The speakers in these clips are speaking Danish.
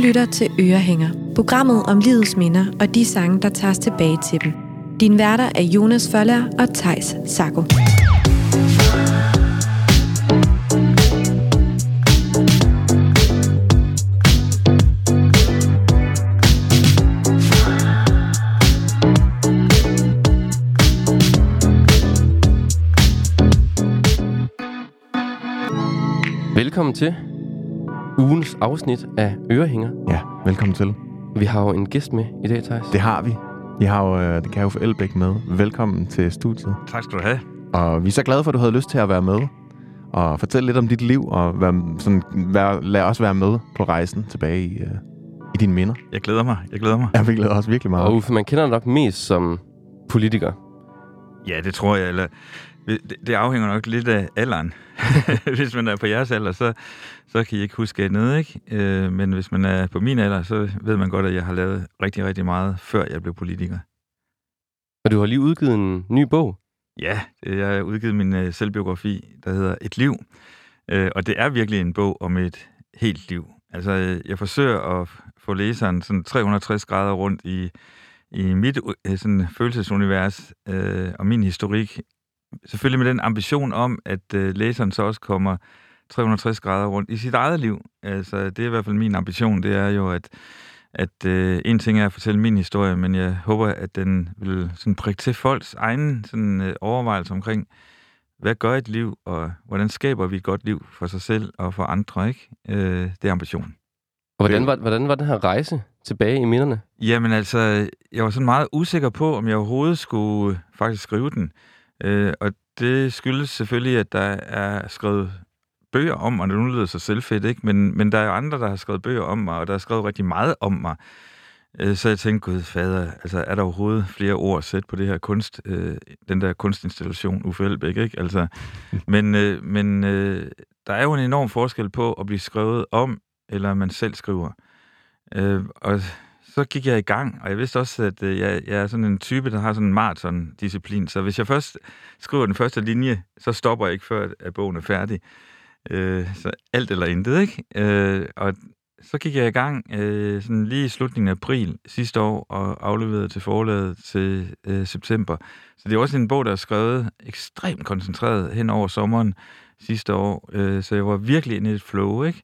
lytter til Ørehænger, programmet om livets minder og de sange, der tages tilbage til dem. Din værter er Jonas Føller og Theis Sacco. Velkommen til ugens afsnit af Ørehænger. Ja, velkommen til. Vi har jo en gæst med i dag, Theis. Det har vi. Vi har jo det kan jo få Elbæk med. Velkommen til studiet. Tak skal du have. Og vi er så glade for, at du havde lyst til at være med og fortælle lidt om dit liv og lad os være med på rejsen tilbage i dine minder. Jeg glæder mig. Ja, vi glæder os virkelig meget. Og Uffe, man kender dig nok mest som politiker. Ja, det tror jeg. Eller det afhænger nok lidt af alderen. Hvis man er på jeres alder, så kan I ikke huske noget, ikke? Men hvis man er på min alder, så ved man godt, at jeg har lavet rigtig, rigtig meget, før jeg blev politiker. Og du har lige udgivet en ny bog. Ja, jeg har udgivet min selvbiografi, der hedder Et liv. Og det er virkelig en bog om et helt liv. Altså, jeg forsøger at få læseren sådan 360 grader rundt i mit sådan følelsesunivers og min historik. Selvfølgelig med den ambition om, at læseren så også kommer 360 grader rundt i sit eget liv. Altså, det er i hvert fald min ambition. Det er jo, at en ting er at fortælle min historie, men jeg håber, at den vil sådan prikke til folks egen sådan, overvejelse omkring, hvad gør et liv, og hvordan skaber vi et godt liv for sig selv og for andre, ikke? Det er ambitionen. Og hvordan var den her rejse tilbage i minderne? Jamen altså, jeg var sådan meget usikker på, om jeg overhovedet skulle faktisk skrive den. Og det skyldes selvfølgelig, at der er skrevet bøger om mig, og det nu lyder så selvfedt, ikke? Men der er jo andre, der har skrevet bøger om mig, og der er skrevet rigtig meget om mig. Så jeg tænkte, gud fader, altså er der overhovedet flere ord sæt på det her den der kunstinstallation, Uffe Elbæk, ikke? Altså, men der er jo en enorm forskel på at blive skrevet om, eller man selv skriver. Og så gik jeg i gang, og jeg vidste også, at jeg er sådan en type, der har sådan en maraton-disciplin. Så hvis jeg først skriver den første linje, så stopper jeg ikke, før at bogen er færdig. Så alt eller intet, ikke? Og så gik jeg i gang sådan lige i slutningen af april sidste år, og afleverede til forlaget til september. Så det er også en bog, der er skrevet ekstremt koncentreret hen over sommeren sidste år. Så jeg var virkelig inde i et flow, ikke?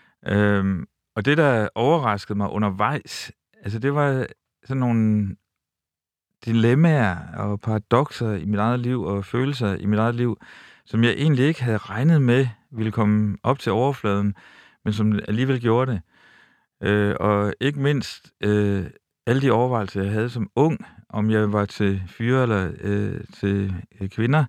Og det, der overraskede mig undervejs, altså det var sådan nogle dilemmaer og paradokser i mit eget liv og følelser i mit eget liv, som jeg egentlig ikke havde regnet med ville komme op til overfladen, men som alligevel gjorde det. Og ikke mindst alle de overvejelser, jeg havde som ung, om jeg var til fyre eller til kvinder,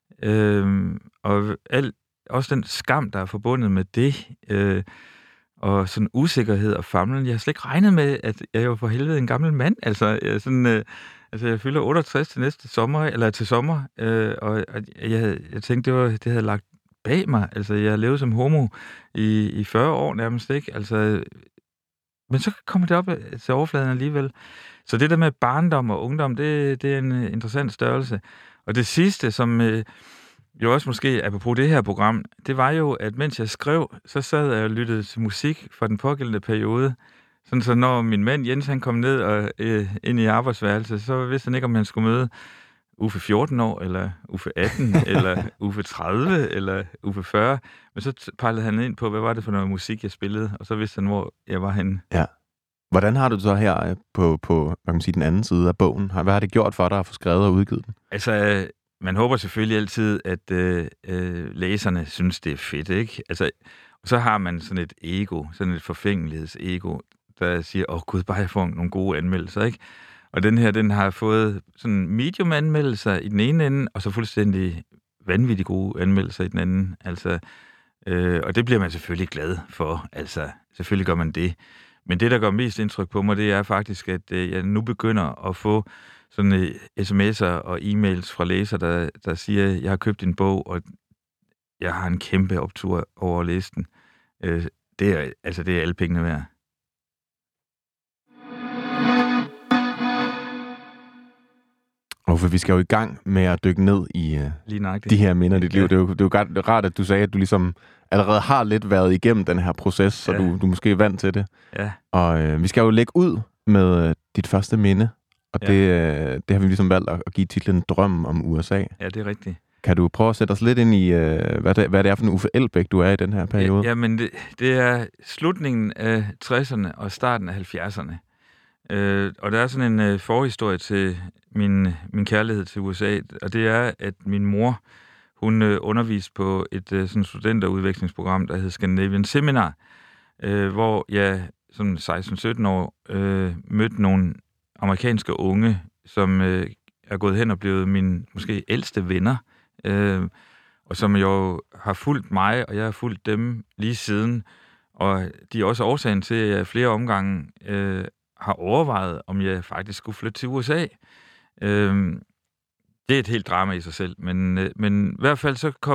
og også den skam, der er forbundet med det, og sådan usikkerhed og famlen. Jeg har slet ikke regnet med, at jeg var for helvede en gammel mand. Altså, jeg fylder 68 til næste sommer, eller til sommer, og jeg tænkte, det havde lagt bag mig. Altså, jeg har levet som homo i 40 år nærmest, ikke? Altså, men så kommer det op til overfladen alligevel. Så det der med barndom og ungdom, det er en interessant størrelse. Og det sidste, som jo også måske apropos det her program, det var jo, at mens jeg skrev, så sad jeg og lyttede til musik fra den pågældende periode. Sådan så når min mand Jens, han kom ned og ind i arbejdsværelset, så vidste han ikke, om han skulle møde Uffe 14 år, eller Uffe 18, eller Uffe 30, eller Uffe 40. Men så pejlede han ind på, hvad var det for noget musik, jeg spillede, og så vidste han, hvor jeg var henne. Ja. Hvordan har du det så her på hvad kan man sige, den anden side af bogen? Hvad har det gjort for dig at få skrevet og udgivet den? Altså, man håber selvfølgelig altid, at læserne synes, det er fedt, ikke? Altså, og så har man sådan et ego, sådan et forfængelighedsego, der siger, gud, bare jeg får nogle gode anmeldelser, ikke? Og den har fået sådan medium-anmeldelser i den ene ende, og så fuldstændig vanvittigt gode anmeldelser i den anden. Altså, og det bliver man selvfølgelig glad for. Altså, selvfølgelig gør man det. Men det, der gør mest indtryk på mig, det er faktisk, at jeg nu begynder at få sådan sms'er og e-mails fra læsere, der siger, jeg har købt en bog, og jeg har en kæmpe optur over at læse den. Det er alle pengene værd. For vi skal jo i gang med at dykke ned i de her minder i dit liv. Det er jo rart, at du sagde, at du ligesom allerede har lidt været igennem den her proces, så du måske er vant til det. Ja. Og vi skal jo lægge ud med dit første minde, og det har vi ligesom valgt at give titlen Drømmen om USA. Ja, det er rigtigt. Kan du prøve at sætte os lidt ind i, hvad det er for en Uffe Elbæk, du er i den her periode? Jamen, det er slutningen af 60'erne og starten af 70'erne. Og der er sådan en forhistorie til min kærlighed til USA, og det er, at min mor, hun underviste på et sådan studenterudvekslingsprogram, der hed Scandinavian Seminar, hvor jeg som 16-17 år mødte nogle amerikanske unge, som er gået hen og blevet mine måske ældste venner, og som jo har fulgt mig, og jeg har fulgt dem lige siden, og de er også årsagen til, at jeg flere omgange har overvejet, om jeg faktisk skulle flytte til USA. Det er et helt drama i sig selv, men i hvert fald så kom,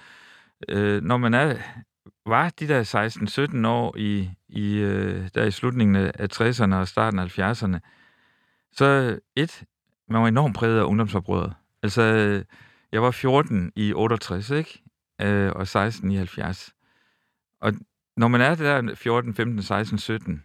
når man var de der 16-17 år der i slutningen af 60'erne og starten af 70'erne, så man var enormt præget af ungdomsoprøret. Altså, jeg var 14 i 68, ikke? Og 16 i 70. Og når man er der 14, 15, 16, 17,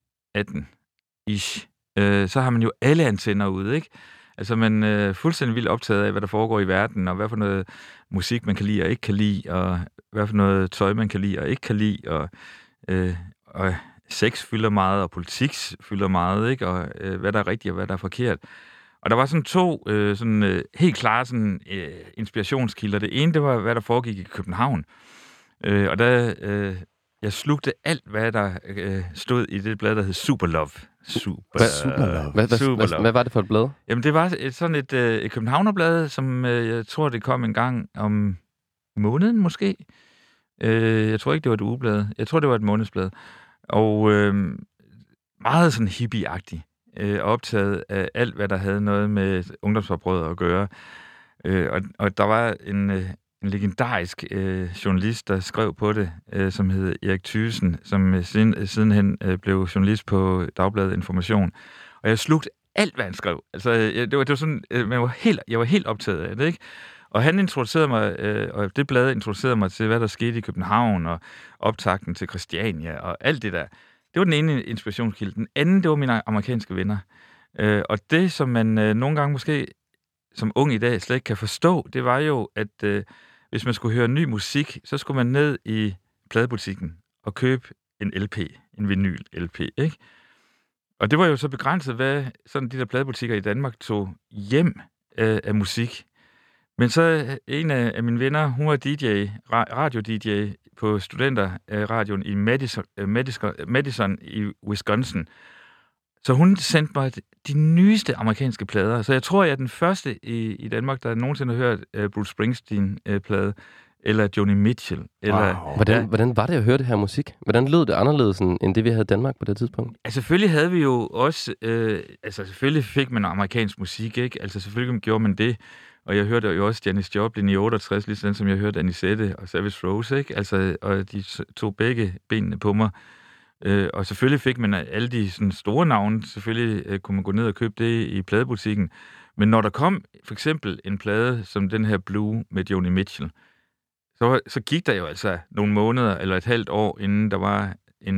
18-ish, så har man jo alle antenner ude, ikke? Altså, man er fuldstændig vildt optaget af, hvad der foregår i verden, og hvad for noget musik, man kan lide og ikke kan lide, og hvad for noget tøj, man kan lide og ikke kan lide, og sex fylder meget, og politik fylder meget, ikke? Og hvad der er rigtigt og hvad der er forkert. Og der var sådan to helt klare inspirationskilder. Det ene, det var, hvad der foregik i København. Og der jeg slugte alt, hvad der stod i det blad, der hed Superlove. Superlove. Hvad var det for et blad? Jamen, det var sådan et københavnerblad, som jeg tror, det kom en gang om måneden, måske. Jeg tror ikke, det var et ugeblad. Jeg tror, det var et månedsblad. Og meget sådan hippie-agtigt. Optaget af alt, hvad der havde noget med ungdomsoprøret at gøre. Og der var en legendarisk journalist, der skrev på det, som hed Erik Thyssen, som sidenhen blev journalist på Dagbladet Information. Og jeg slugte alt, hvad han skrev. Altså, det var sådan, jeg var helt optaget af det, ikke? Og han introducerede mig, og det blad introducerede mig til, hvad der skete i København, og optakten til Christiania, og alt det der. Det var den ene inspirationskilde. Den anden, det var mine amerikanske venner. Og det, som man nogle gange måske som ung i dag slet ikke kan forstå, det var jo, at hvis man skulle høre ny musik, så skulle man ned i pladebutikken og købe en LP, en vinyl-LP, ikke? Og det var jo så begrænset, hvad sådan de der pladebutikker i Danmark tog hjem af musik. Men så en af mine venner, hun var DJ, radio-DJ på studenterradioen i Madison i Wisconsin. Så hun sendte mig de nyeste amerikanske plader. Så jeg tror, jeg er den første i Danmark, der nogensinde har hørt Bruce Springsteen-plade, eller Joni Mitchell. Eller, Hvordan var det at høre det her musik? Hvordan lød det anderledes, end det, vi havde i Danmark på det tidspunkt? Altså, selvfølgelig havde vi jo også... selvfølgelig fik man amerikansk musik, ikke? Altså, selvfølgelig gjorde man det. Og jeg hørte jo også Janis Joplin i 68, ligesom som jeg hørte Anisette og Savage Rose, ikke? Altså, og de tog begge benene på mig. Og selvfølgelig fik man alle de sådan store navne. Selvfølgelig kunne man gå ned og købe det i pladebutikken. Men når der kom for eksempel en plade som den her Blue med Joni Mitchell, så gik der jo altså nogle måneder eller et halvt år, inden der var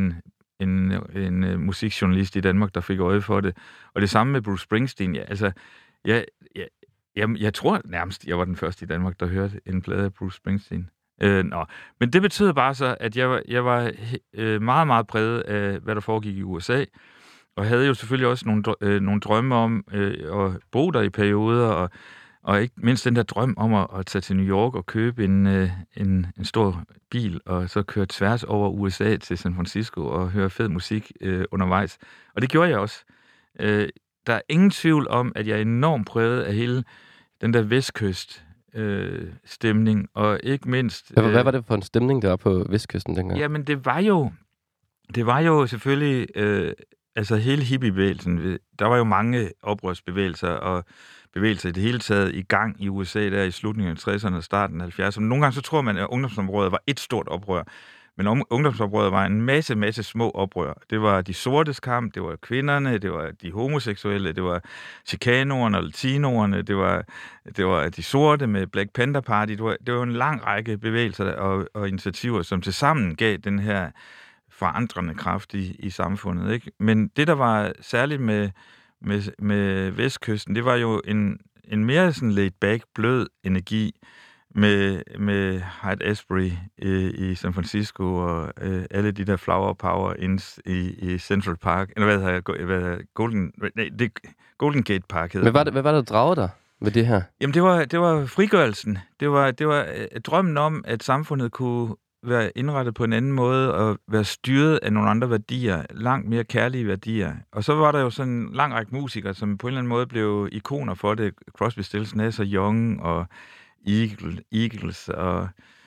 en musikjournalist i Danmark, der fik øje for det. Og det samme med Bruce Springsteen. Ja, altså, jeg tror nærmest, jeg var den første i Danmark, der hørte en plade af Bruce Springsteen. Men det betød bare så, at jeg var meget, meget præget af, hvad der foregik i USA, og havde jo selvfølgelig også nogle drømme om at bo der i perioder, og ikke mindst den der drøm om at tage til New York og købe en stor bil, og så køre tværs over USA til San Francisco og høre fed musik undervejs. Og det gjorde jeg også. Der er ingen tvivl om, at jeg er enormt præget af hele den der vestkyst stemning, og ikke mindst... Hvad var det for en stemning, der var på vestkysten dengang? Jamen, det var jo selvfølgelig altså hele hippiebevægelsen. Der var jo mange oprørsbevægelser og bevægelser i det hele taget i gang i USA der i slutningen af 60'erne og starten af 70'erne. Nogle gange så tror man, at ungdomsområdet var et stort oprør, Men ungdomsoprøret var en masse små oprør. Det var de sortes kamp, det var kvinderne, det var de homoseksuelle, det var chicanoerne og latinoerne, det var de sorte med Black Panther Party. Det var en lang række bevægelser og initiativer, som tilsammen gav den her forandrende kraft i samfundet. Ikke? Men det, der var særligt med Vestkysten, det var jo en mere sådan laid-back, blød energi, med Haight-Ashbury i San Francisco og alle de der flower power inds i Central Park. Eller hvad hedder Golden Gate Park hedder. Men hvad var det, der dragede dig ved det her? Jamen, det var frigørelsen. Det var drømmen om, at samfundet kunne være indrettet på en anden måde og være styret af nogle andre værdier, langt mere kærlige værdier. Og så var der jo sådan en lang række musikere, som på en eller anden måde blev ikoner for det. Crosby, Stills, Nash og Young og Eagles og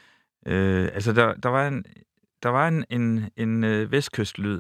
der var en vestkystlyd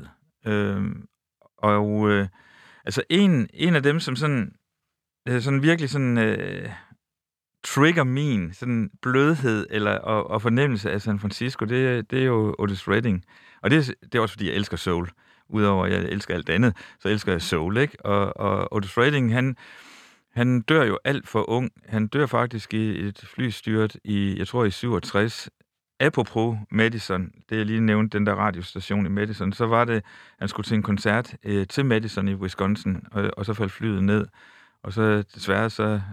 altså en af dem som sådan virkelig sådan trigger min sådan blødhed eller og fornemmelse af San Francisco, det er jo Otis Redding, og det er også fordi jeg elsker soul. Udover at jeg elsker alt andet, så elsker jeg soul, ikke? Og Otis Redding, han dør jo alt for ung. Han dør faktisk i et flystyrt i 67. Apropos Madison, det jeg lige nævnte, den der radiostation i Madison, så var det, han skulle til en koncert til Madison i Wisconsin, og så faldt flyet ned. Og så desværre,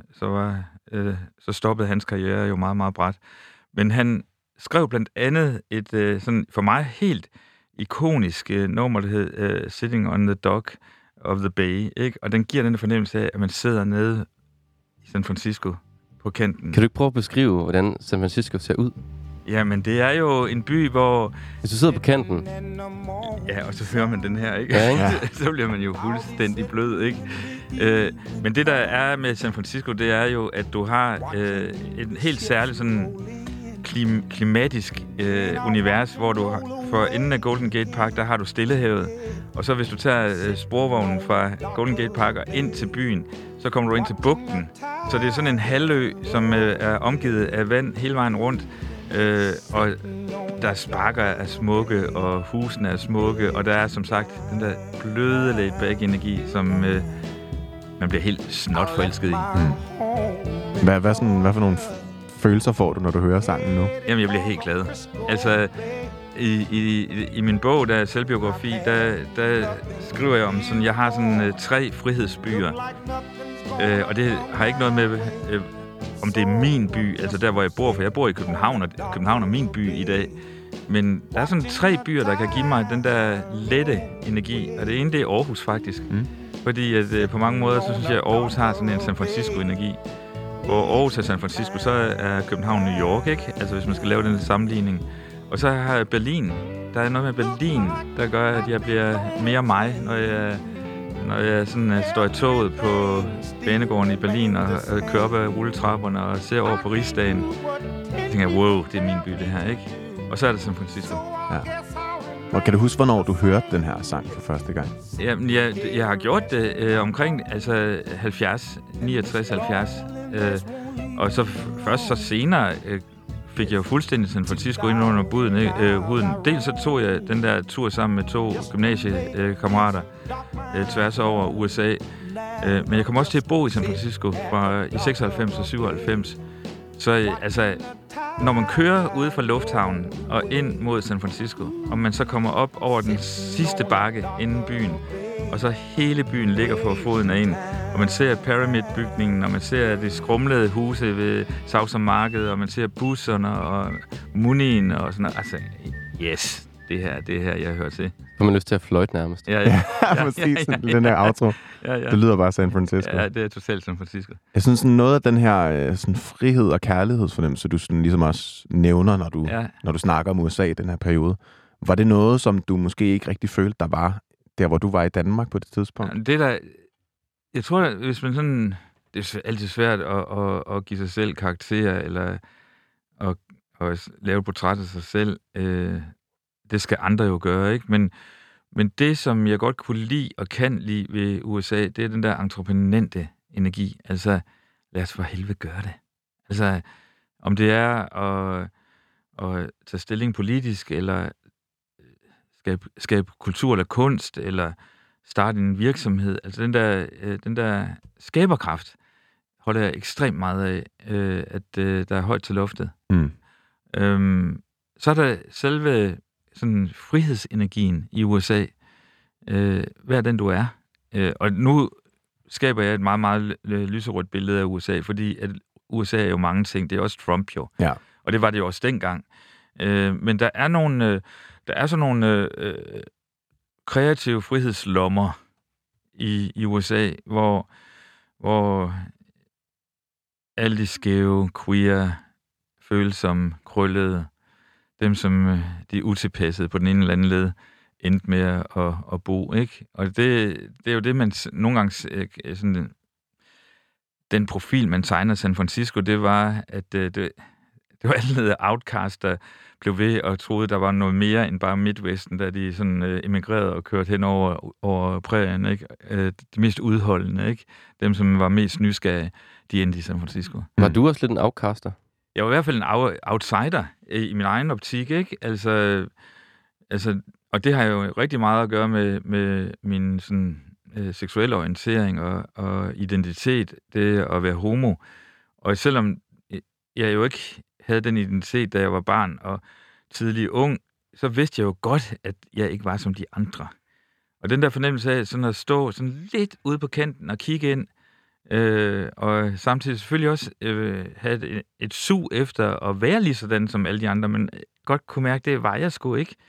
så stoppede hans karriere jo meget, meget brat. Men han skrev blandt andet et sådan for mig helt ikonisk nummer, der hed Sitting on the Dock of the Bay, ikke? Og den giver den fornemmelse af, at man sidder nede i San Francisco på kanten. Kan du ikke prøve at beskrive, hvordan San Francisco ser ud? Jamen, det er jo en by, hvor... Hvis du sidder på kanten... Ja, og så hører man den her, ikke? Ja, ikke? Så bliver man jo fuldstændig blød, ikke? Men det, der er med San Francisco, det er jo, at du har et helt særligt sådan klimatisk univers, hvor du for enden af Golden Gate Park, der har du Stillehavet. Og så hvis du tager sporvognen fra Golden Gate Park og ind til byen, så kommer du ind til bugten. Så det er sådan en halvø, som er omgivet af vand hele vejen rundt. Og der sparker er smukke, og husene er smukke, og der er som sagt den der bløde laid-back energi, som man bliver helt snot forelsket i. Hvad for nogle følelser får du, når du hører sangen nu? Jamen, jeg bliver helt glad. Altså, i min bog, der er selvbiografi, der skriver jeg om sådan, jeg har sådan 3 frihedsbyer. Og det har ikke noget med, om det er min by, altså der, hvor jeg bor, for jeg bor i København, og København er min by i dag. Men der er sådan 3 byer, der kan give mig den der lette energi, og det ene, det er Aarhus faktisk. Fordi at på mange måder, så synes jeg, at Aarhus har sådan en San Francisco-energi. Hvor Aarhus er San Francisco, så er København New York, ikke? Altså hvis man skal lave den sammenligning. Og så har jeg Berlin. Der er noget med Berlin, der gør, at jeg bliver mere mig, når jeg sådan står i toget på banegården i Berlin og kører op ad rulletrapperne og ser over på Rigsdagen. Jeg tænker, wow, det er min by, det her, ikke? Og så er det San Francisco. Ja. Og kan du huske, hvornår du hørte den her sang for første gang? Jamen, jeg har gjort det omkring 69-70. Og så først så senere fik jeg jo fuldstændig San Francisco ind under huden. Dels så tog jeg den der tur sammen med 2 gymnasiekammerater tværs over USA. Men jeg kom også til at bo i San Francisco i 96 og 97. Så altså, når man kører ude fra lufthavnen og ind mod San Francisco, og man så kommer op over den sidste bakke inden byen, og så hele byen ligger for foden af en, og man ser Pyramid-bygningen, og man ser de skrumlede huse ved Sauser Marked, og man ser busserne og munien og sådan noget. Altså, yes, det her, jeg hører til. Får man lyst til at fløjte nærmest. Ja, præcis. Den der outro. Ja. Det lyder bare San Francisco. Ja, det er totalt San Francisco. Jeg synes, sådan noget af den her sådan frihed og kærlighedsfornemmelse, du sådan ligesom også nævner, når du snakker om USA i den her periode. Var det noget, som du måske ikke rigtig følte, der var der, hvor du var i Danmark på det tidspunkt? Ja, det der... Jeg tror, at hvis man sådan... Det er altid svært at give sig selv karakterer, eller at lave et portræt af sig selv. Det skal andre jo gøre, ikke? Men det, som jeg godt kunne lide og kan lide ved USA, det er den der entreprenante energi. Altså, lad os for helvede gøre det. Altså, om det er at tage stilling politisk, eller skabe kultur eller kunst, eller starte en virksomhed. Altså den der skaberkraft holder jeg ekstremt meget af, at der er højt til loftet. Så er der selve sådan frihedsenergien i USA. Hvad er den, du er? Og nu skaber jeg et meget, meget lyserødt billede af USA, fordi at USA er jo mange ting. Det er også Trump jo. Ja. Og det var det jo også dengang. Men der er sådan nogle kreative frihedslommer i USA, hvor alle de skæve, queer, følsomme, krøllede, dem som de utilpassede på den ene eller anden led, endte med at bo, ikke? Og det er jo det, man nogle gange sådan, den profil, man tegner San Francisco, det var, at det var alle outcasts, der blev ved og troede, der var noget mere end bare Midwesten, da de sådan emigrerede og kørte hen over prærien, ikke? De mest udholdende, ikke? Dem, som var mest nysgerrige, de endte i San Francisco. Var du også lidt en outcaster? Jeg var i hvert fald en outsider i min egen optik, ikke? Altså, og det har jo rigtig meget at gøre med min sådan, seksuelle orientering og identitet, det at være homo. Og selvom jeg jo ikke havde den identitet, da jeg var barn og tidlig ung, så vidste jeg jo godt, at jeg ikke var som de andre. Og den der fornemmelse af sådan at stå sådan lidt ude på kanten og kigge ind, og samtidig selvfølgelig også have et sug efter at være lige sådan som alle de andre, men godt kunne mærke, det var jeg sgu ikke.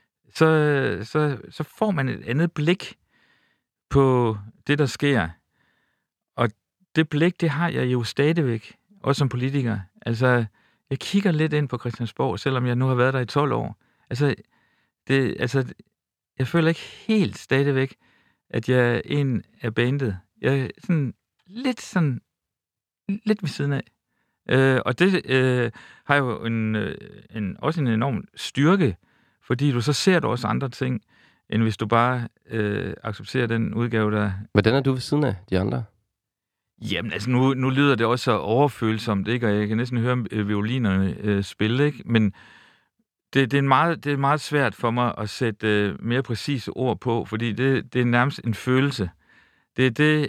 Så får man et andet blik på det, der sker. Og det blik, det har jeg jo stadigvæk, også som politiker. Altså, jeg kigger lidt ind på Christiansborg, selvom jeg nu har været der i 12 år. Altså, jeg føler ikke helt stadigvæk, at jeg er en af bandet. Jeg er sådan lidt ved siden af. Og det har jo også en enorm styrke, fordi du så ser du også andre ting, end hvis du bare accepterer den udgave, der... Hvordan er du ved siden af de andre? Jamen, altså nu lyder det også så overfølsomt, ikke? Og jeg kan næsten høre violinerne spille, ikke? Men det er meget svært for mig at sætte mere præcise ord på, fordi det er nærmest en følelse. Det er det,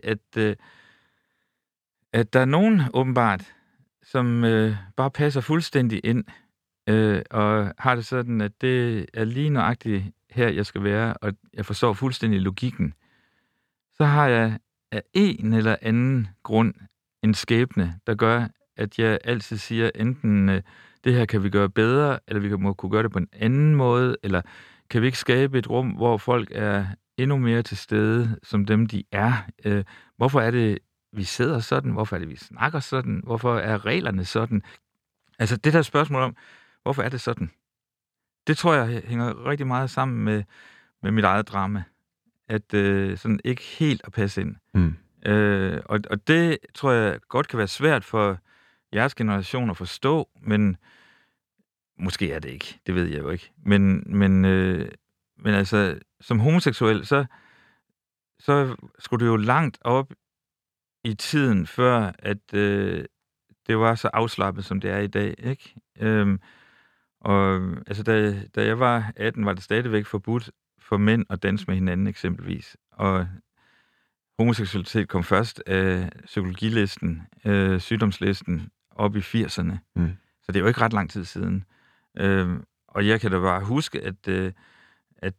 at der er nogen åbenbart, som bare passer fuldstændig ind, og har det sådan, at det er lige nøjagtigt her, jeg skal være, og jeg forstår fuldstændig logikken. Så har jeg af en eller anden grund en skæbne, der gør, at jeg altid siger, enten det her kan vi gøre bedre, eller vi må kunne gøre det på en anden måde, eller kan vi ikke skabe et rum, hvor folk er endnu mere til stede, som dem de er. Hvorfor er det, vi sidder sådan? Hvorfor er det, vi snakker sådan? Hvorfor er reglerne sådan? Altså det der spørgsmål om, hvorfor er det sådan? Det tror jeg hænger rigtig meget sammen med mit eget drama. At sådan ikke helt at passe ind. Og det tror jeg godt kan være svært for jeres generation at forstå, men måske er det ikke. Det ved jeg jo ikke. Men altså, som homoseksuel, så skulle det jo langt op i tiden, før at det var så afslappet, som det er i dag, ikke? Og altså, da jeg var 18, var det stadigvæk forbudt for mænd at danse med hinanden, eksempelvis. Og homoseksualitet kom først af psykologilisten, sygdomslisten, op i 80'erne. Så det er jo ikke ret lang tid siden. Og jeg kan da bare huske, at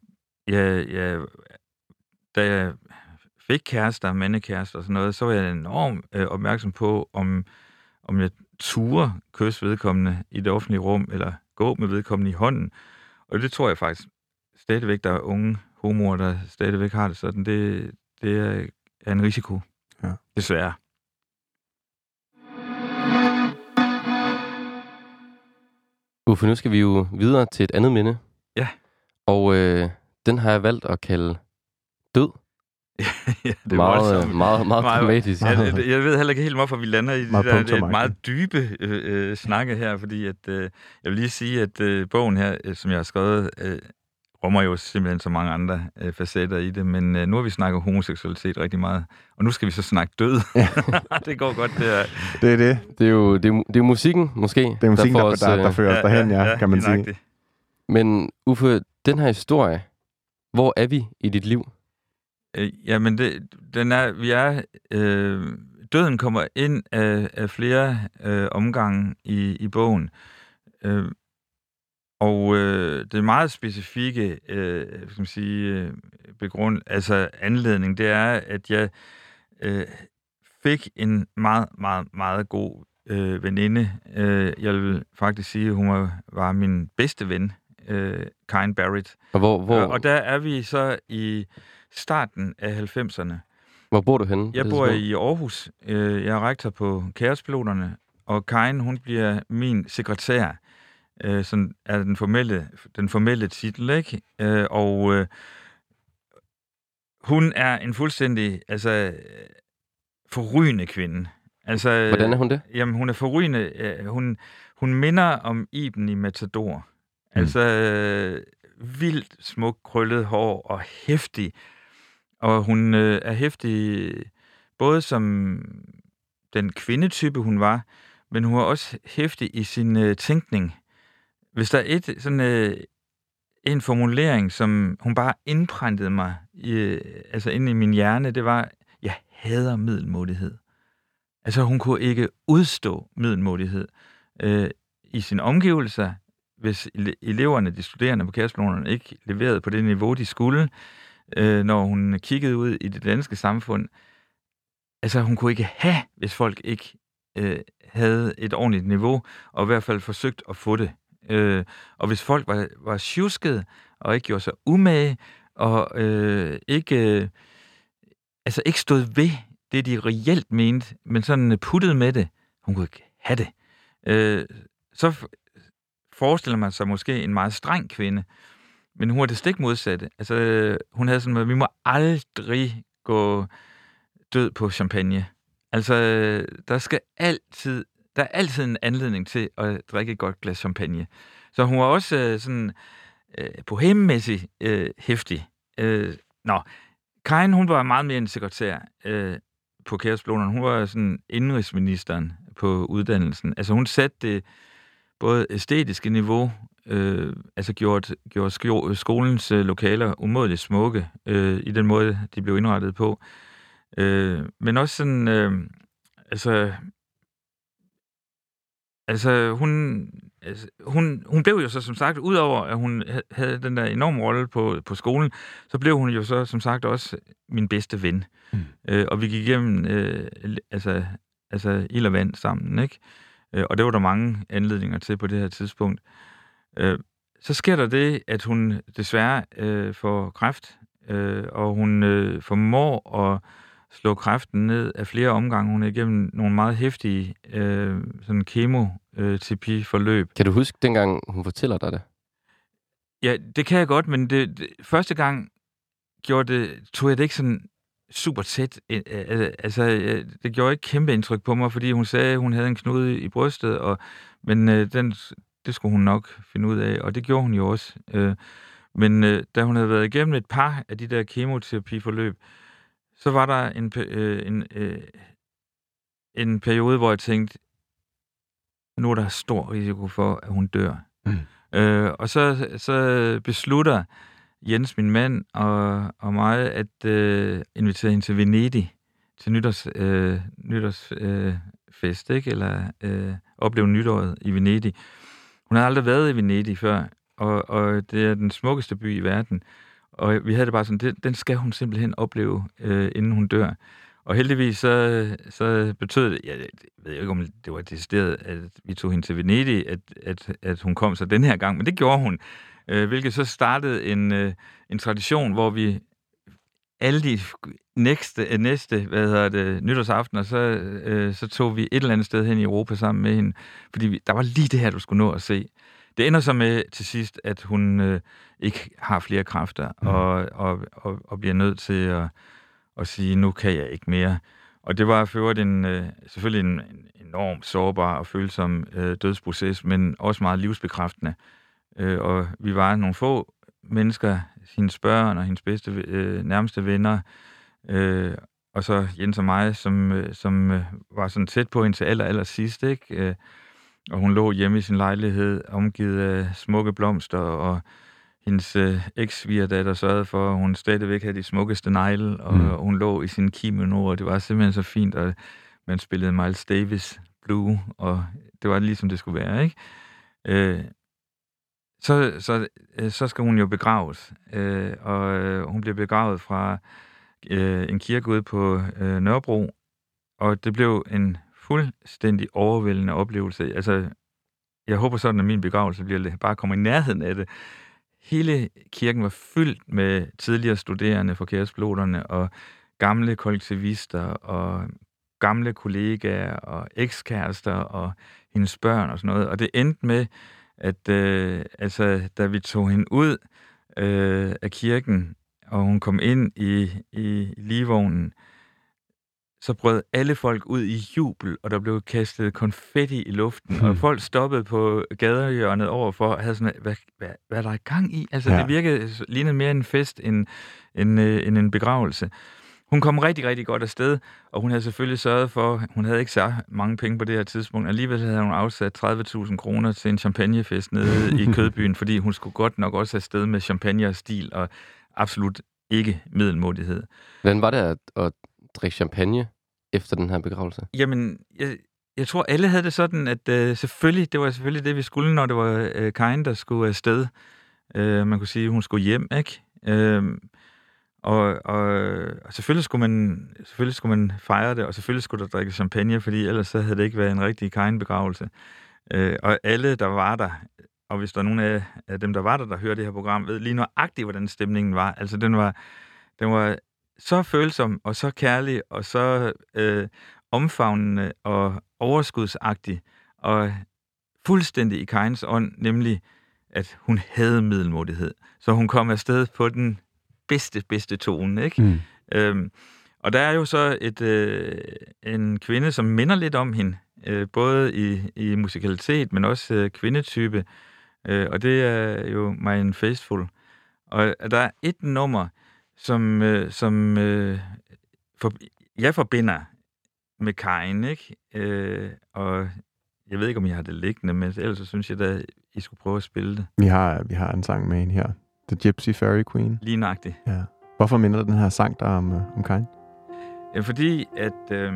da jeg fik kærester, mandekærester og sådan noget, så var jeg enormt opmærksom på, om jeg turde kysse vedkommende i det offentlige rum, eller gå med vedkommende i hånden. Og det tror jeg faktisk stadigvæk, der er unge homoer, der stadigvæk har det sådan. Det er en risiko. Ja. Desværre. Uffe, nu skal vi jo videre til et andet minde. Ja. Og den har jeg valgt at kalde død. Ja, det er meget dramatisk. Jeg ved heller ikke helt, hvorfor vi lander i det meget dybe snakke her, fordi at, jeg vil lige sige, at bogen her, som jeg har skrevet, rummer jo simpelthen så mange andre facetter i det, men nu har vi snakket homoseksualitet rigtig meget, og nu skal vi så snakke død. Det går godt, det her. Det er det. Det er musikken, måske. Det er musikken, der fører os derhen, kan man sige. Men Uffe, den her historie, Hvor er vi i dit liv? Jamen, døden kommer ind af flere omgange i bogen. Og det meget specifikke anledning, det er, at jeg fik en meget, meget, meget god veninde. Jeg vil faktisk sige, at hun var min bedste ven, Karin Barrett. Og der er vi så i starten af 90'erne. Hvor bor du henne? Jeg bor i Aarhus. Jeg er rektor på Kaospiloterne, og Karin, hun bliver min sekretær. Sådan er den formelle titel, ikke? Og hun er en fuldstændig forrygende kvinde. Hvordan er hun det? Jamen, hun er forrygende. Hun minder om Iben i Matador. Vildt smukt krøllet hår og heftig. Og hun er heftig både som den kvindetype, hun var, men hun var også heftig i sin tænkning. Hvis der er en formulering, som hun bare indprintede mig inde i min hjerne, det var, jeg hader middelmådighed. Hun kunne ikke udstå middelmådighed i sine omgivelser, hvis eleverne, de studerende på Kaospiloterne, ikke leverede på det niveau, de skulle, når hun kiggede ud i det danske samfund. Hun kunne ikke have, hvis folk ikke havde et ordentligt niveau, og i hvert fald forsøgt at få det. Og hvis folk var sjuskede, og ikke gjorde sig umage, og ikke stod ved det, de reelt mente, men sådan puttede med det, hun kunne ikke have det. Så forestiller man sig måske en meget streng kvinde, men hun var det stik modsatte. Hun havde sådan, at vi må aldrig gå død på champagne. Der er altid en anledning til at drikke et godt glas champagne. Så hun var også sådan bohemmæssigt heftig. Karin, hun var meget mere en sekretær på Kaospiloterne. Hun var sådan indenrigsministeren på uddannelsen. Hun satte det både æstetiske niveau, gjorde skolens lokaler umådeligt smukke i den måde, de blev indrettet på. Men også sådan, hun blev jo så som sagt, udover at hun havde den der enorme rolle på skolen, så blev hun jo så som sagt også min bedste ven. Og vi gik igennem ild og vand sammen, ikke? Og det var der mange anledninger til på det her tidspunkt. Så sker der det, at hun desværre får kræft, og hun formår at slå kræften ned af flere omgange. Hun er igennem nogle meget heftige sådan kemoterapi-forløb. Kan du huske dengang, hun fortæller dig det? Ja, det kan jeg godt, men første gang tog jeg det ikke sådan super tæt. Det gjorde ikke kæmpe indtryk på mig, fordi hun sagde, at hun havde en knude i brystet, men det skulle hun nok finde ud af, og det gjorde hun jo også. Men da hun havde været igennem et par af de der kemoterapi-forløb, så var der en periode, hvor jeg tænkte, nu er der stor risiko for, at hun dør. Og så beslutter Jens, min mand, og mig, at invitere hende til Venedig, til nytårsfest, ikke? Eller opleve nytåret i Venedig. Hun havde aldrig været i Venedig før, og det er den smukkeste by i verden. Og vi havde det bare sådan, den skal hun simpelthen opleve, inden hun dør. Og heldigvis så betød det, jeg ved ikke, om det var decideret, at vi tog hende til Venedig, at hun kom så den her gang, men det gjorde hun. Hvilket så startede en tradition, hvor vi alle de næste nytårsaftener, så tog vi et eller andet sted hen i Europa sammen med hende, fordi der var lige det her, du skulle nå at se. Det ender så med til sidst, at hun ikke har flere kræfter, og bliver nødt til at sige, nu kan jeg ikke mere. Og det var for øvrigt selvfølgelig en enormt sårbar og følsom dødsproces, men også meget livsbekræftende. Og vi var nogle få mennesker, hendes børn og hendes nærmeste venner, og så Jens og mig, som var sådan tæt på hende til aller sidst, ikke? Og hun lå hjemme i sin lejlighed, omgivet af smukke blomster, og hendes eks-svigerdatter sørgede for, at hun stadigvæk havde de smukkeste negle, og hun lå i sin kimono, og det var simpelthen så fint, og man spillede Miles Davis Blue, og det var ligesom det skulle være, ikke? Så skal hun jo begraves, og hun bliver begravet fra en kirke ude på Nørrebro, og det blev en fuldstændig overvældende oplevelse. Altså, jeg håber sådan, at min begravelse bare kommer i nærheden af det. Hele kirken var fyldt med tidligere studerende fra Kærespiloterne, og gamle kollektivister, og gamle kollegaer, og ekskærester, og hendes børn og sådan noget. Og det endte med, at da vi tog hende ud af kirken, og hun kom ind i ligevognen, så brød alle folk ud i jubel, og der blev kastet konfetti i luften, og folk stoppede på gadehjørnet overfor, og havde sådan, hvad er der i gang i? Altså, det virkede lignede mere en fest end en begravelse. Hun kom rigtig, rigtig godt afsted, og hun havde selvfølgelig sørget for, hun havde ikke så mange penge på det her tidspunkt. Alligevel havde hun afsat 30.000 kroner til en champagnefest nede i Kødbyen, fordi hun skulle godt nok også afsted med champagne og stil, og absolut ikke middelmådighed. Hvordan var det at drikke champagne efter den her begravelse? Jamen, jeg tror, alle havde det sådan, at det var selvfølgelig det, vi skulle, når det var Karin, der skulle afsted. Man kunne sige, at hun skulle hjem, ikke? Og selvfølgelig skulle man fejre det, og selvfølgelig skulle der drikke champagne, fordi ellers så havde det ikke været en rigtig Karin-begravelse. Og alle, der var der, og hvis der er nogen af dem, der var der hører det her program, ved lige nøjagtigt, hvordan stemningen var. Altså, den var så følsom, og så kærlig, og så omfavnende og overskudsagtig, og fuldstændig i Karins ånd, nemlig, at hun havde middelmådighed. Så hun kom afsted på den bedste tone, ikke? Og der er jo så en kvinde, som minder lidt om hende, både i musikalitet, men også kvindetype, og det er jo Marianne Faithfull. Og der er et nummer, som jeg forbinder med Karin, ikke? Og jeg ved ikke, om I har det liggende, men ellers så synes jeg, at I skulle prøve at spille det. Vi har en sang med hende her. The Gypsy Fairy Queen. Lige nøjagtigt. Ja. Hvorfor minder den her sang der om Karin? Ja, fordi at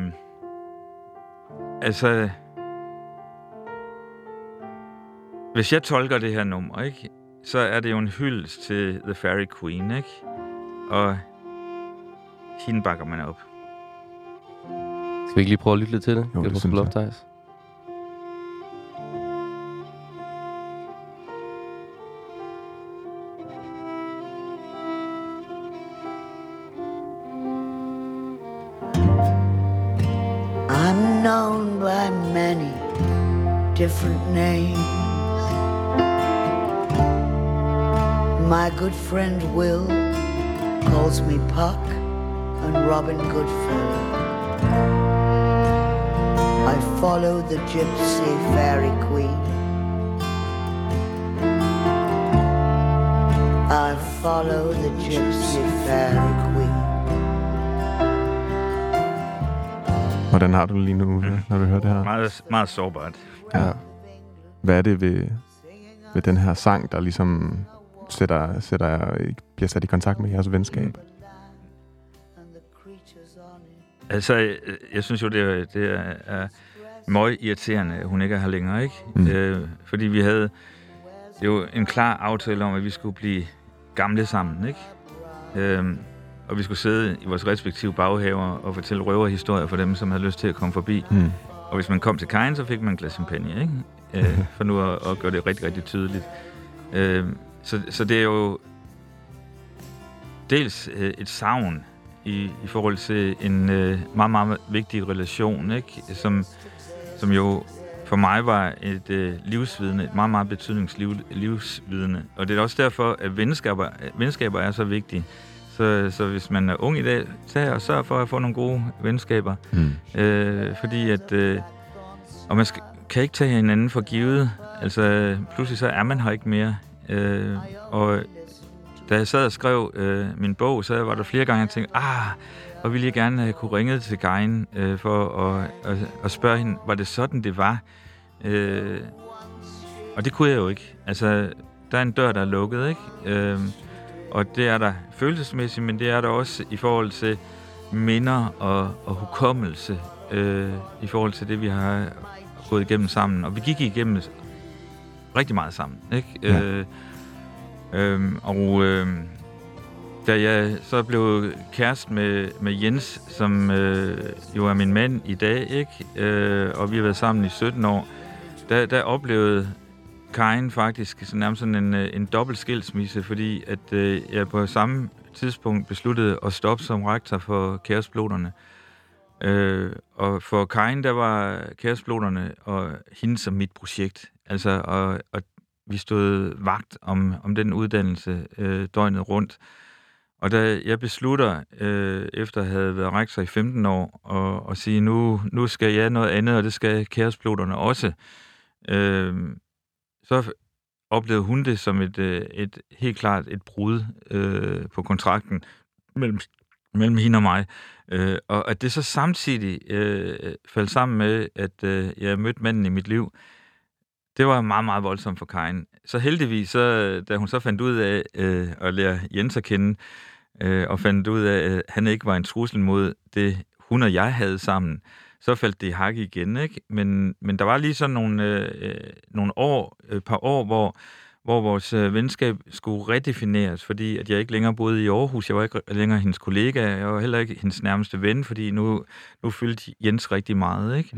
hvis jeg tolker det her nummer, ikke, så er det jo en hyldest til The Fairy Queen, ikke? Og hende bakker man op. Skal vi ikke lige prøve at lytte lidt til det? Jo, det synes jeg. I'm known by many different names. My good friend Will calls me Puck and Robin Goodfellow. I follow the gypsy fairy queen. I follow the gypsy fairy queen. Hvordan har du lige nu, når du hører det her? Meget, meget sårbart. Ja. Hvad er det ved den her sang, der ligesom bliver sat i kontakt med jeres venskab? Altså, jeg synes jo, det er meget irriterende, at hun ikke er her længere, ikke? Fordi vi havde jo en klar aftale om, at vi skulle blive gamle sammen, ikke? Og vi skulle sidde i vores respektive baghaver og fortælle røverhistorier for dem, som havde lyst til at komme forbi. Og hvis man kom til Karin, så fik man en glas champagne, ikke? For nu at gøre det rigtig, rigtig tydeligt. Så det er jo dels et savn i forhold til en meget, meget vigtig relation, ikke? Som jo for mig var et livsvidne, et meget, meget betydningslivsvidne. Og det er også derfor, at venskaber er så vigtige. Så hvis man er ung i dag, tag og sørg for at få nogle gode venskaber. Fordi at og man kan ikke tage hinanden for givet. Altså, pludselig så er man her ikke mere. Og da jeg sad og skrev min bog, så var der flere gange, jeg tænkte, hvor ville jeg gerne have kunne ringe til Karin for at spørge hende, var det sådan, det var? Og det kunne jeg jo ikke. Altså, der er en dør, der er lukket, ikke? Og det er der følelsesmæssigt, men det er der også i forhold til minder og hukommelse, i forhold til det, vi har gået igennem sammen. Og vi gik igennem rigtig meget sammen, ikke? Ja. Da jeg så blev kæreste med Jens, som jo er min mand i dag, ikke? Og vi har været sammen i 17 år, der oplevede Karin faktisk nærmest sådan en dobbelt skilsmisse, fordi at jeg på samme tidspunkt besluttede at stoppe som rektor for Kaospiloterne. Og for Karin, der var Kaospiloterne og hende som mit projekt. Altså, og vi stod vagt om den uddannelse døgnet rundt. Og da jeg beslutter, efter at have været rektor i 15 år, og sige, nu skal jeg noget andet, og det skal Kaospiloterne også, så oplevede hun det som et helt klart et brud på kontrakten mellem hende og mig. Og at det så samtidig faldt sammen med, at jeg mødte manden i mit liv, det var meget, meget voldsomt for Karin. Så heldigvis, da hun så fandt ud af at lære Jens at kende, og fandt ud af, at han ikke var en trussel mod det, hun og jeg havde sammen, så faldt det i hak igen, ikke? Men der var lige sådan et par år, hvor vores venskab skulle redefineres, fordi at jeg ikke længere boede i Aarhus, jeg var ikke længere hendes kollega, jeg var heller ikke hendes nærmeste ven, fordi nu fyldte Jens rigtig meget, ikke?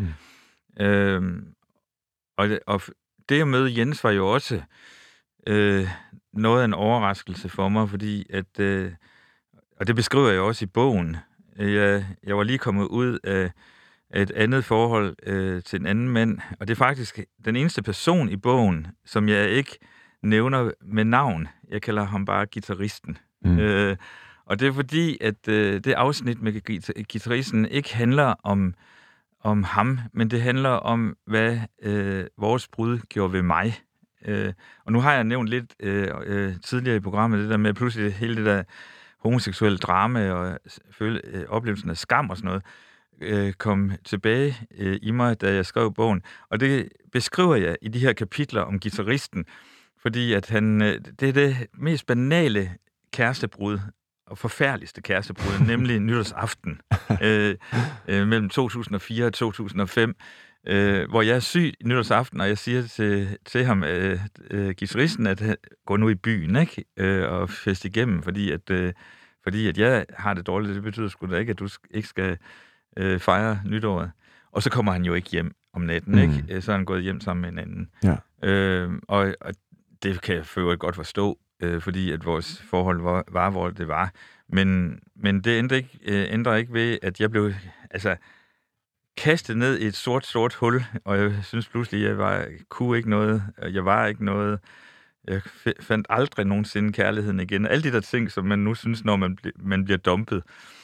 Og det at møde Jens var jo også noget af en overraskelse for mig, fordi at, og det beskriver jeg også i bogen, jeg var lige kommet ud af et andet forhold til en anden mand, og det er faktisk den eneste person i bogen, som jeg ikke nævner med navn. Jeg kalder ham bare guitaristen. Og det er fordi, at det afsnit med guitaristen ikke handler om ham, men det handler om, hvad vores brud gjorde ved mig. Og nu har jeg nævnt lidt tidligere i programmet, det der med pludselig hele det der homoseksuelle drama og oplevelsen af skam og sådan noget, kom tilbage i mig, da jeg skrev bogen. Og det beskriver jeg i de her kapitler om guitaristen, fordi at det er det mest banale kærestebrud og forfærdeligste kærestebrud, nemlig nytårsaften mellem 2004 og 2005, hvor jeg er syg nytårsaften, og jeg siger til ham, guitaristen, at gå nu i byen, ikke? Og fest igennem, fordi at jeg har det dårligt. Det betyder sgu da ikke, at du ikke skal fejre nytåret. Og så kommer han jo ikke hjem om natten, ikke? Så er han gået hjem sammen med en anden. Ja. Og det kan jeg for øvrigt godt forstå, fordi at vores forhold var, hvor det var. Men det ændrer ikke ved, at jeg blev kastet ned i et sort hul, og jeg synes pludselig, at jeg kunne ikke noget, og jeg var ikke noget. Jeg fandt aldrig nogensinde kærligheden igen. Alle de der ting, som man nu synes, når man bliver dumpet.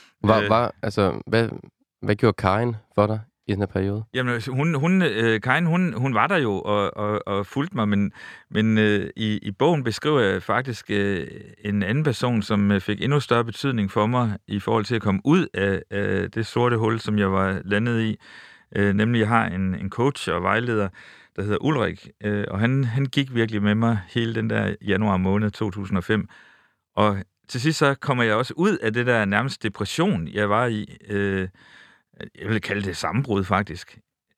Hvad gjorde Karin for dig i den her periode? Jamen, Karin, hun var der jo og fulgte mig, men i bogen beskriver jeg faktisk en anden person, som fik endnu større betydning for mig i forhold til at komme ud af det sorte hul, som jeg var landet i. Nemlig, jeg har en coach og vejleder, der hedder Ulrik, og han gik virkelig med mig hele den der januar måned 2005. Og til sidst så kommer jeg også ud af det der nærmest depression, jeg var i. Jeg vil kalde det sammenbrud, faktisk.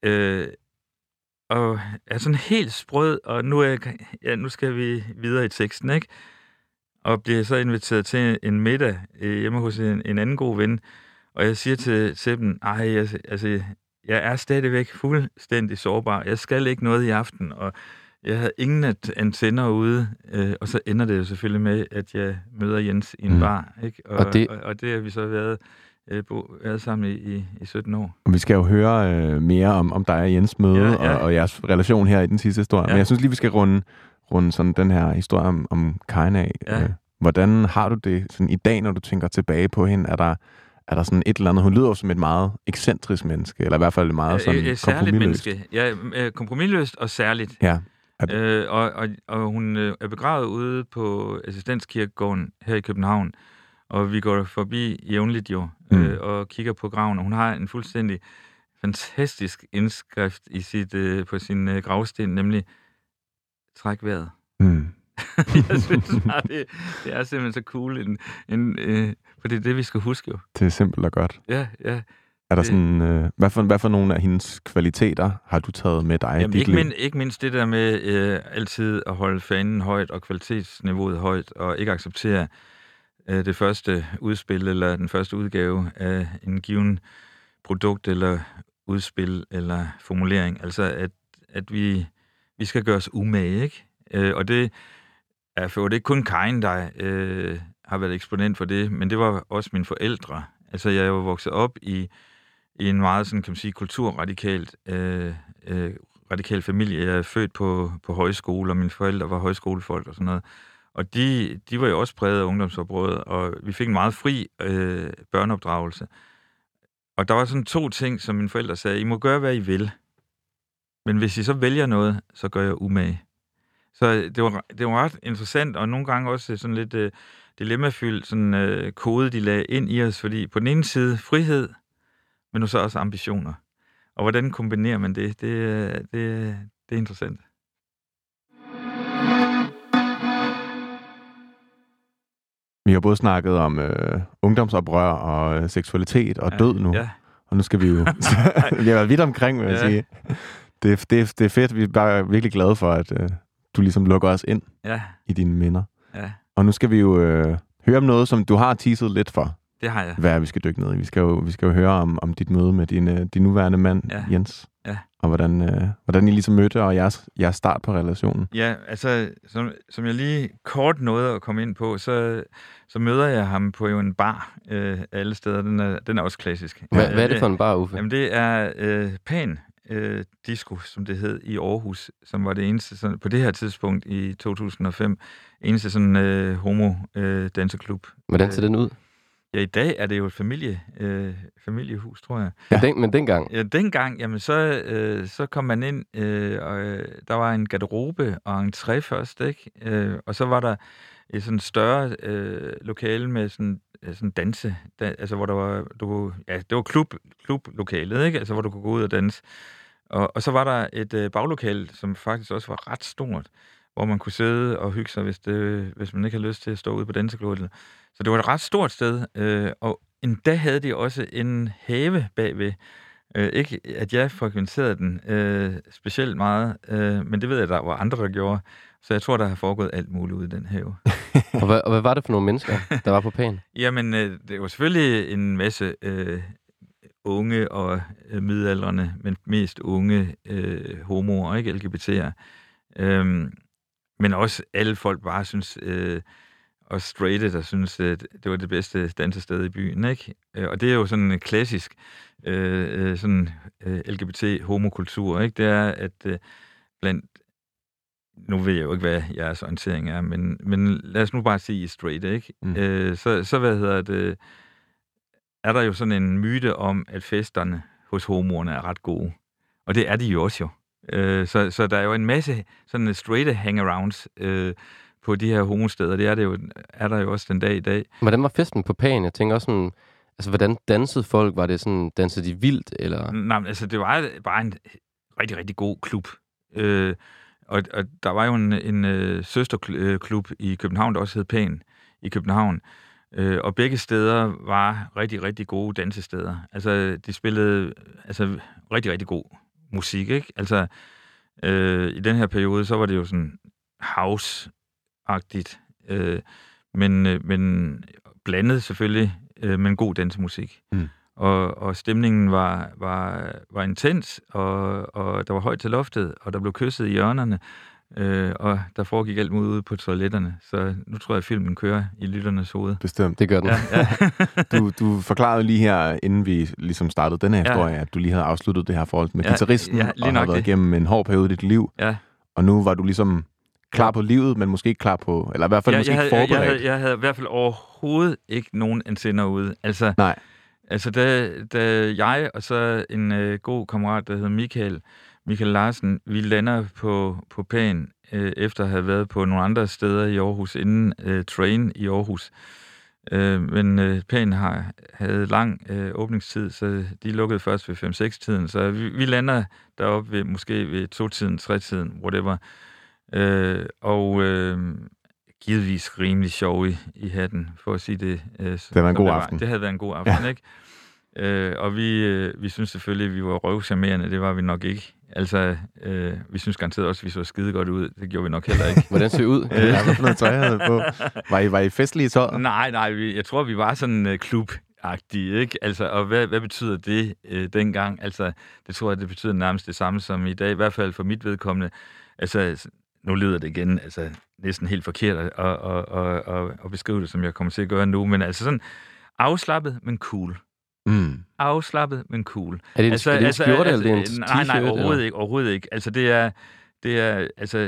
Og er sådan helt sprød, og nu skal vi videre i teksten, ikke? Og bliver så inviteret til en middag hjemme hos en anden god ven, og jeg siger til dem, jeg er stadigvæk fuldstændig sårbar. Jeg skal ikke noget i aften, og jeg havde ingen antenner ude, og så ender det jo selvfølgelig med, at jeg møder Jens i en bar, ikke? Og det har vi så været sammen i 17 år. Vi skal jo høre mere om dig og Jens møde og jeres relation her i den sidste historie. Ja. Men jeg synes lige, vi skal runde sådan den her historie om Karin af. Ja. Hvordan har du det sådan i dag, når du tænker tilbage på hende? Er der sådan et eller andet? Hun lyder som et meget ekscentrisk menneske, eller i hvert fald et meget sådan kompromisløst. Menneske. Ja, kompromisløst og særligt. Ja. Og hun er begravet ude på Assistenskirkegården her i København, og vi går forbi jævnligt jo, og kigger på graven, og hun har en fuldstændig fantastisk indskrift på sin gravsten, nemlig træk vejret. Jeg synes bare, det er simpelthen så cool, for det er det, vi skal huske jo. Det er simpelt og godt. Ja. Er der sådan, hvad for nogle af hendes kvaliteter har du taget med dig? Jamen, ikke mindst det der med altid at holde fanen højt og kvalitetsniveauet højt, og ikke acceptere det første udspil eller den første udgave af en given produkt eller udspil eller formulering. Altså, at vi skal gøre os umage, ikke? Og det er for det er ikke kun Karin, der har været eksponent for det, men det var også mine forældre. Altså, jeg er jo vokset op i en meget, sådan kan man sige, kulturradikalt radikal familie. Jeg er født på højskole, og mine forældre var højskolefolk og sådan noget. Og de var jo også præget af ungdomsoprøret, og vi fik en meget fri børneopdragelse. Og der var sådan 2 ting, som mine forældre sagde: I må gøre, hvad I vil. Men hvis I så vælger noget, så gør jeg umage. Så det var ret interessant, og nogle gange også sådan lidt dilemmafyldt sådan kode, de lagde ind i os. Fordi på den ene side frihed, men nu så også ambitioner. Og hvordan kombinerer man det? Det er interessant. Vi har både snakket om ungdomsoprør og seksualitet og død nu. Ja. Og nu skal vi jo... vi har været vidt omkring, vil jeg sige. Det er fedt. Vi er bare virkelig glade for, at du ligesom lukker os ind i dine minder. Ja. Og nu skal vi jo høre om noget, som du har teaset lidt for. Det har jeg. Hvad vi skal dykke ned i. Vi skal jo høre om dit møde med din nuværende mand, Jens. Ja. Og hvordan I ligesom mødte, og jeres start på relationen. Ja, altså, som jeg lige kort nåede at komme ind på, så møder jeg ham på jo en bar alle steder. Den er også klassisk. Hvad er det for en bar, Uffe? Jamen, det er Pan Disco, som det hed, i Aarhus, som var det eneste, sådan, på det her tidspunkt i 2005, eneste sådan homo-danseklub. Hvordan ser den ud? Ja, i dag er det jo et familiehus, tror jeg. Ja. Men dengang? Ja, dengang, jamen så kom man ind, og der var en garderobe og entré først, ikke? Og så var der et sådan større lokale med sådan danse, altså hvor der var, det var klublokalet, ikke? Altså hvor du kunne gå ud og danse. Og så var der et baglokale, som faktisk også var ret stort, hvor man kunne sidde og hygge sig, hvis man ikke havde lyst til at stå ude på dansegulvet. Så det var et ret stort sted, og endda havde de også en have bagved. Ikke at jeg frekventerede den specielt meget, men det ved jeg, der var andre, der gjorde. Så jeg tror, der har foregået alt muligt ude i den have. og hvad var det for nogle mennesker, der var på Pan? Jamen, det var selvfølgelig en masse unge og midaldrende, men mest unge homoer, ikke LGBT'er. Men også alle folk bare synes... og straighte, der synes, det var det bedste dansested i byen, ikke? Og det er jo sådan en klassisk sådan LGBT-homokultur, ikke? Det er, at blandt... Nu ved jeg jo ikke, hvad jeres orientering er, men lad os nu bare sige straight, ikke? Så er der jo sådan en myte om, at festerne hos homoerne er ret gode. Og det er de jo også jo. Så der er jo en masse sådan straighte hangarounds, på de her homosteder. Det er der jo også den dag i dag. Hvordan var festen på Pan? Jeg tænker også sådan, altså hvordan dansede folk? Var det sådan, dansede de vildt, eller? Nej, altså det var bare en rigtig, rigtig god klub. Og der var jo en søsterklub i København, der også hed Pan i København. Og begge steder var rigtig, rigtig gode dansesteder. Altså de spillede rigtig, rigtig god musik, ikke? Altså i den her periode, så var det jo sådan house-agtigt, men blandet selvfølgelig med en god dansemusik. Og stemningen var intens, og der var højt til loftet, og der blev kysset i hjørnerne, og der foregik alt muligt ude på toiletterne. Så nu tror jeg, at filmen kører i lytternes hoved. Bestemt. Det gør den. Ja. Du forklarede lige her, inden vi ligesom startede den her historie, at du lige havde afsluttet det her forhold med guitaristen, og har været igennem en hård periode i dit liv. Ja. Og nu var du ligesom klar på livet, men måske ikke klar på, eller i hvert fald ikke forberedt. Jeg havde i hvert fald overhovedet ikke nogen antenner ude. Altså, nej. Altså, da jeg og så en god kammerat, der hedder Michael Larsen, vi lander på Pan, efter at have været på nogle andre steder i Aarhus, inden Train i Aarhus. Men Pan havde lang åbningstid, så de lukkede først ved 5-6-tiden, så vi lander deroppe måske ved 2-tiden, 3-tiden, whatever. givetvis rimelig sjov i hatten, for at sige det. Det var en god aften. Det havde været en god aften, ikke? Og vi synes selvfølgelig, at vi var røvcharmerende. Det var vi nok ikke. Altså, vi synes garanteret også, at vi så skide godt ud. Det gjorde vi nok heller ikke. Hvordan ser det ud? Hvad for noget tøj havde på? Var I festlige tøj? Nej, jeg tror, vi var sådan klub-agtige, ikke? Altså, og hvad betyder det dengang? Altså, det tror jeg, det betyder nærmest det samme som i dag, i hvert fald for mit vedkommende. Altså, nu lyder det igen, altså næsten helt forkert at beskrive det, som jeg kommer til at gøre nu, men altså sådan afslappet, men cool. Afslappet, men cool. Er det en skjorte, eller det er en t-shirt? Nej, overhovedet ikke. Altså, det er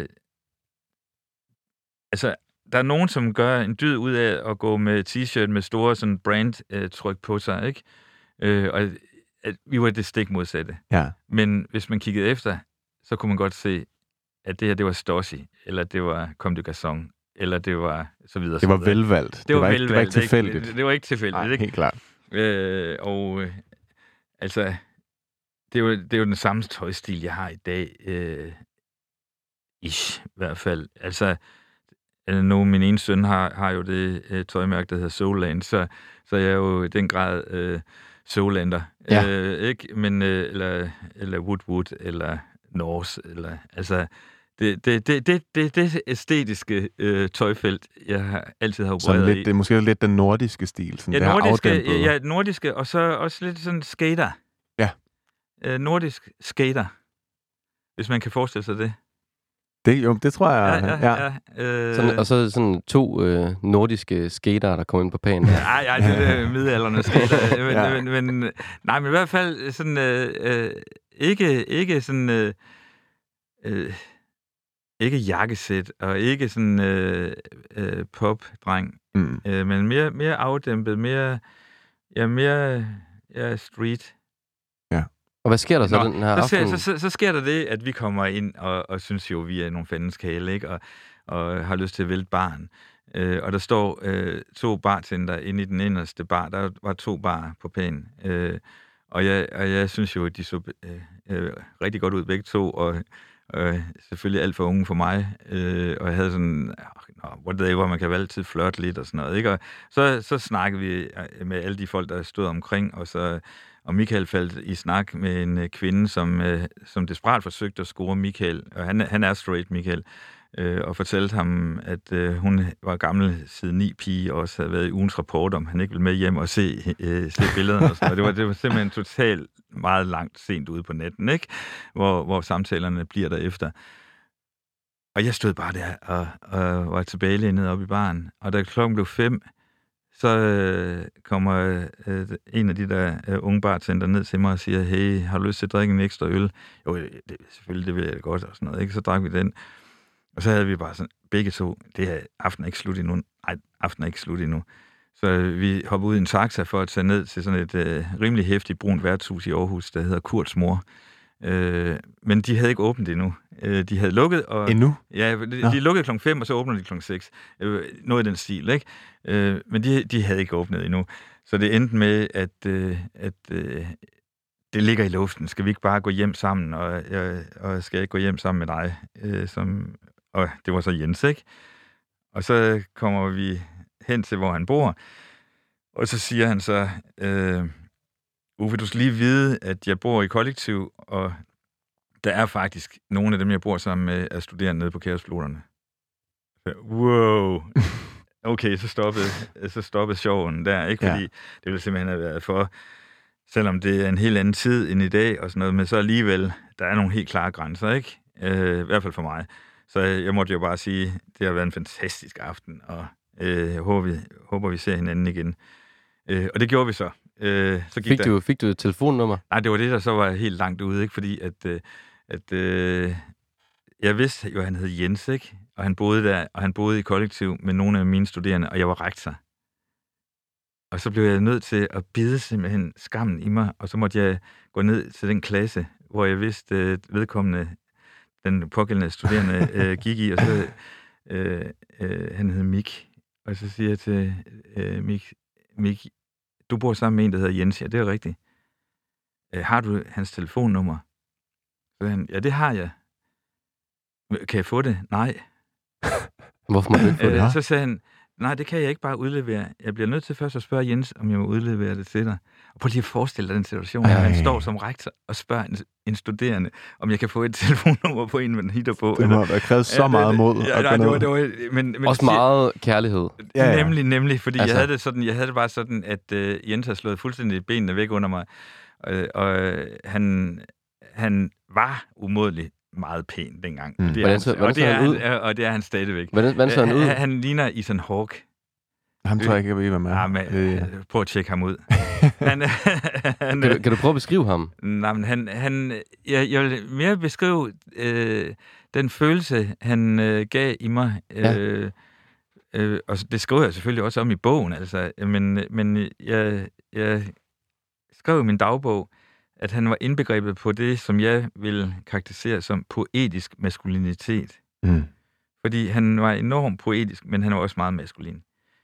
altså, der er nogen, som gør en dyd ud af at gå med t-shirt med store sådan brand-tryk på sig, ikke? Og vi var det stik modsatte. Ja. Men hvis man kiggede efter, så kunne man godt se, at det her, det var Stossi, eller det var Comme des Garçons, eller det var så videre. Det var velvalgt. Det var ikke tilfældigt. Det var ikke tilfældigt, Nej, ikke? Helt klart. Altså, det er jo den samme tøjstil, jeg har i dag. I hvert fald. Altså, nu min ene søn har jo det tøjmærke, der hedder Soulland, så jeg er jo i den grad Soulander. Ja. Ikke? Men, eller Wood, eller Norse, eller altså... Det æstetiske tøjfelt, jeg altid har opereret i. Det er måske lidt den nordiske stil. Sådan nordiske, og så også lidt sådan skater. Ja. Nordisk skater, hvis man kan forestille sig det. Det tror jeg. Ja. Og så sådan 2 nordiske skater, der kommer ind på pænen. Ja, det er middelalderne skater. men i hvert fald sådan, ikke sådan... ikke jakkesæt, og ikke sådan pop-dreng, men mere afdæmpet, mere street. Ja. Og hvad sker der så den her aften? Så sker der det, at vi kommer ind og synes jo, vi er nogle fandens kæle, ikke? Og har lyst til at vælte baren. Og der står 2 bartender inde i den inderste bar. Der var 2 barer på pænen. Og jeg synes jo, at de så rigtig godt ud begge 2, og selvfølgelig alt for unge for mig, og jeg havde sådan, whatever, man kan vel altid flirte lidt og sådan noget, ikke? Og så snakkede vi med alle de folk, der stod omkring, og Michael faldt i snak med en kvinde, som desperat forsøgte at score Michael, og han er straight, Michael, og fortalte ham, at hun var gammel siden 9-pige, og også havde været i ugens rapport, om han ikke ville med hjem og se billederne og sådan noget. Det var simpelthen totalt meget langt sent ude på natten, ikke? Hvor samtalerne bliver derefter. Og jeg stod bare der og var tilbagelænet oppe i baren. Og da klokken blev 5, så kommer en af de der unge bartender ned til mig og siger, hey, har du lyst til at drikke en ekstra øl? Jo, selvfølgelig, det vil jeg godt og sådan noget, ikke? Så drak vi den. Og så havde vi bare sådan, begge 2, det her aften er ikke slut endnu. Nej, aften er ikke slut endnu. Så vi hoppede ud i en taxa for at tage ned til sådan et rimelig hæftigt brunt værtshus i Aarhus, der hedder Kurts Mor. Men de havde ikke åbent endnu. De havde lukket. Endnu? Ja, de lukkede klokken 5, og så åbner de klokken 6. Noget i den stil, ikke? Men de havde ikke åbnet endnu. Så det endte med, at det ligger i luften. Skal vi ikke bare gå hjem sammen? Og skal jeg ikke gå hjem sammen med dig? Og det var så Jens, ikke? Og så kommer vi hen til, hvor han bor. Og så siger han så, Uffe, du skal lige vide, at jeg bor i kollektiv, og der er faktisk nogle af dem, jeg bor sammen med, er studerende nede på Kaospiloterne. Wow! Okay, så stoppede showen der, ikke? Fordi det ville simpelthen have været for, selvom det er en helt anden tid end i dag og sådan noget, men så alligevel, der er nogle helt klare grænser, ikke? I hvert fald for mig. Så jeg måtte jo bare sige, det har været en fantastisk aften, og jeg håber, vi ser hinanden igen. Og det gjorde vi så. Fik du et telefonnummer? Nej, det var det, der så var helt langt ude, ikke? Fordi at jeg vidste jo, at han hed Jens, ikke? Og han boede der, og han boede i kollektiv med nogle af mine studerende, og jeg var rektor. Og så blev jeg nødt til at bide simpelthen skammen i mig, og så måtte jeg gå ned til den klasse, hvor jeg vidste, vedkommende, den pågældende studerende, gik i, og så han hed Mik. Og så siger jeg til Mik, du bor sammen med en, der hedder Jens. Ja, det er rigtigt. Har du hans telefonnummer? Så han, ja, det har jeg. Kan jeg få det? Nej. Hvorfor må du ikke få det? Så sagde han, nej, det kan jeg ikke bare udlevere. Jeg bliver nødt til først at spørge Jens, om jeg må udlevere det til dig. Og prøv lige at forestille dig den situation, at man står som rektor og spørger en studerende, om jeg kan få et telefonnummer på en, man hitter på. Det må have krævet så meget mod. Men også meget kærlighed. Nemlig, fordi jeg havde det bare sådan, at Jens havde slået fuldstændig benene væk under mig. Og han var umådelig meget pæn dengang. Og det er han stadigvæk. Hvordan så han ud? Han ligner Ethan Hawke. Ham tror jeg ikke, jeg ved, hvad med. Prøv at tjekke ham ud. Kan du prøve at beskrive ham? Nej, men jeg vil mere beskrive den følelse, han gav i mig. Og det skrev jeg selvfølgelig også om i bogen, altså. Men jeg skrev i min dagbog, at han var indbegrebet på det, som jeg vil karakterisere som poetisk maskulinitet. Fordi han var enormt poetisk, men han var også meget maskulin.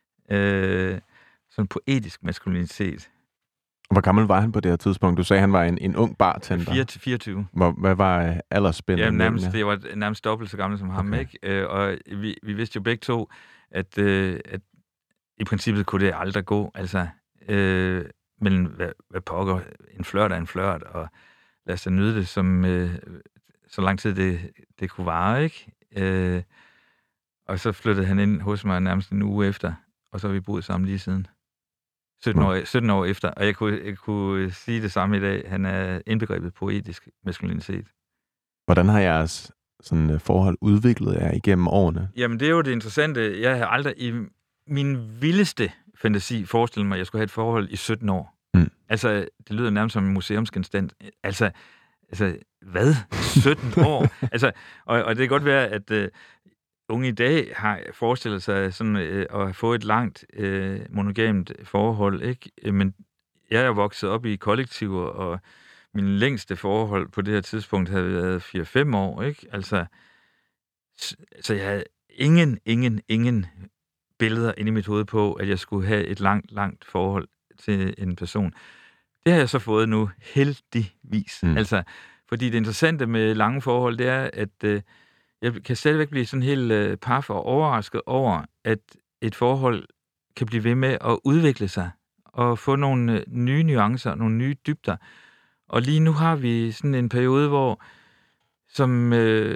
Sådan poetisk maskulinitet. Hvor gammel var han på det her tidspunkt? Du sagde, at han var en ung bartender. 24. Hvad var aldersspændet? Ja, det var nærmest dobbelt så gammel som ham, ikke? Og vi vidste jo begge to, at i princippet kunne det aldrig gå. Altså, men hvad pokker, en flørt er en flørt, og lad os da nyde det, som så lang tid det kunne vare, ikke? Og så flyttede han ind hos mig nærmest en uge efter, og så har vi boet sammen lige siden. 17 år efter, og jeg kunne sige det samme i dag. Han er indbegrebet poetisk maskulinitet. Hvordan har jeres sådan, forhold udviklet jer igennem årene? Jamen, det er jo det interessante. Jeg har aldrig i min vildeste fantasi forestillet mig, at jeg skulle have et forhold i 17 år. Altså, det lyder nærmest som en museumsgenstand. Altså, hvad? 17 år? Altså, og det kan godt være, at unge i dag har forestillet sig sådan at få et langt monogamt forhold, ikke? Men jeg er vokset op i kollektiver, og min længste forhold på det her tidspunkt havde været 4-5 år, ikke? Altså, så jeg havde ingen billeder inde i mit hoved på, at jeg skulle have et langt forhold til en person. Det har jeg så fået nu, heldigvis. Altså, fordi det interessante med lange forhold, det er, at jeg kan stadigvæk blive sådan helt paf og overrasket over, at et forhold kan blive ved med at udvikle sig og få nogle nye nuancer, nogle nye dybder. Og lige nu har vi sådan en periode, som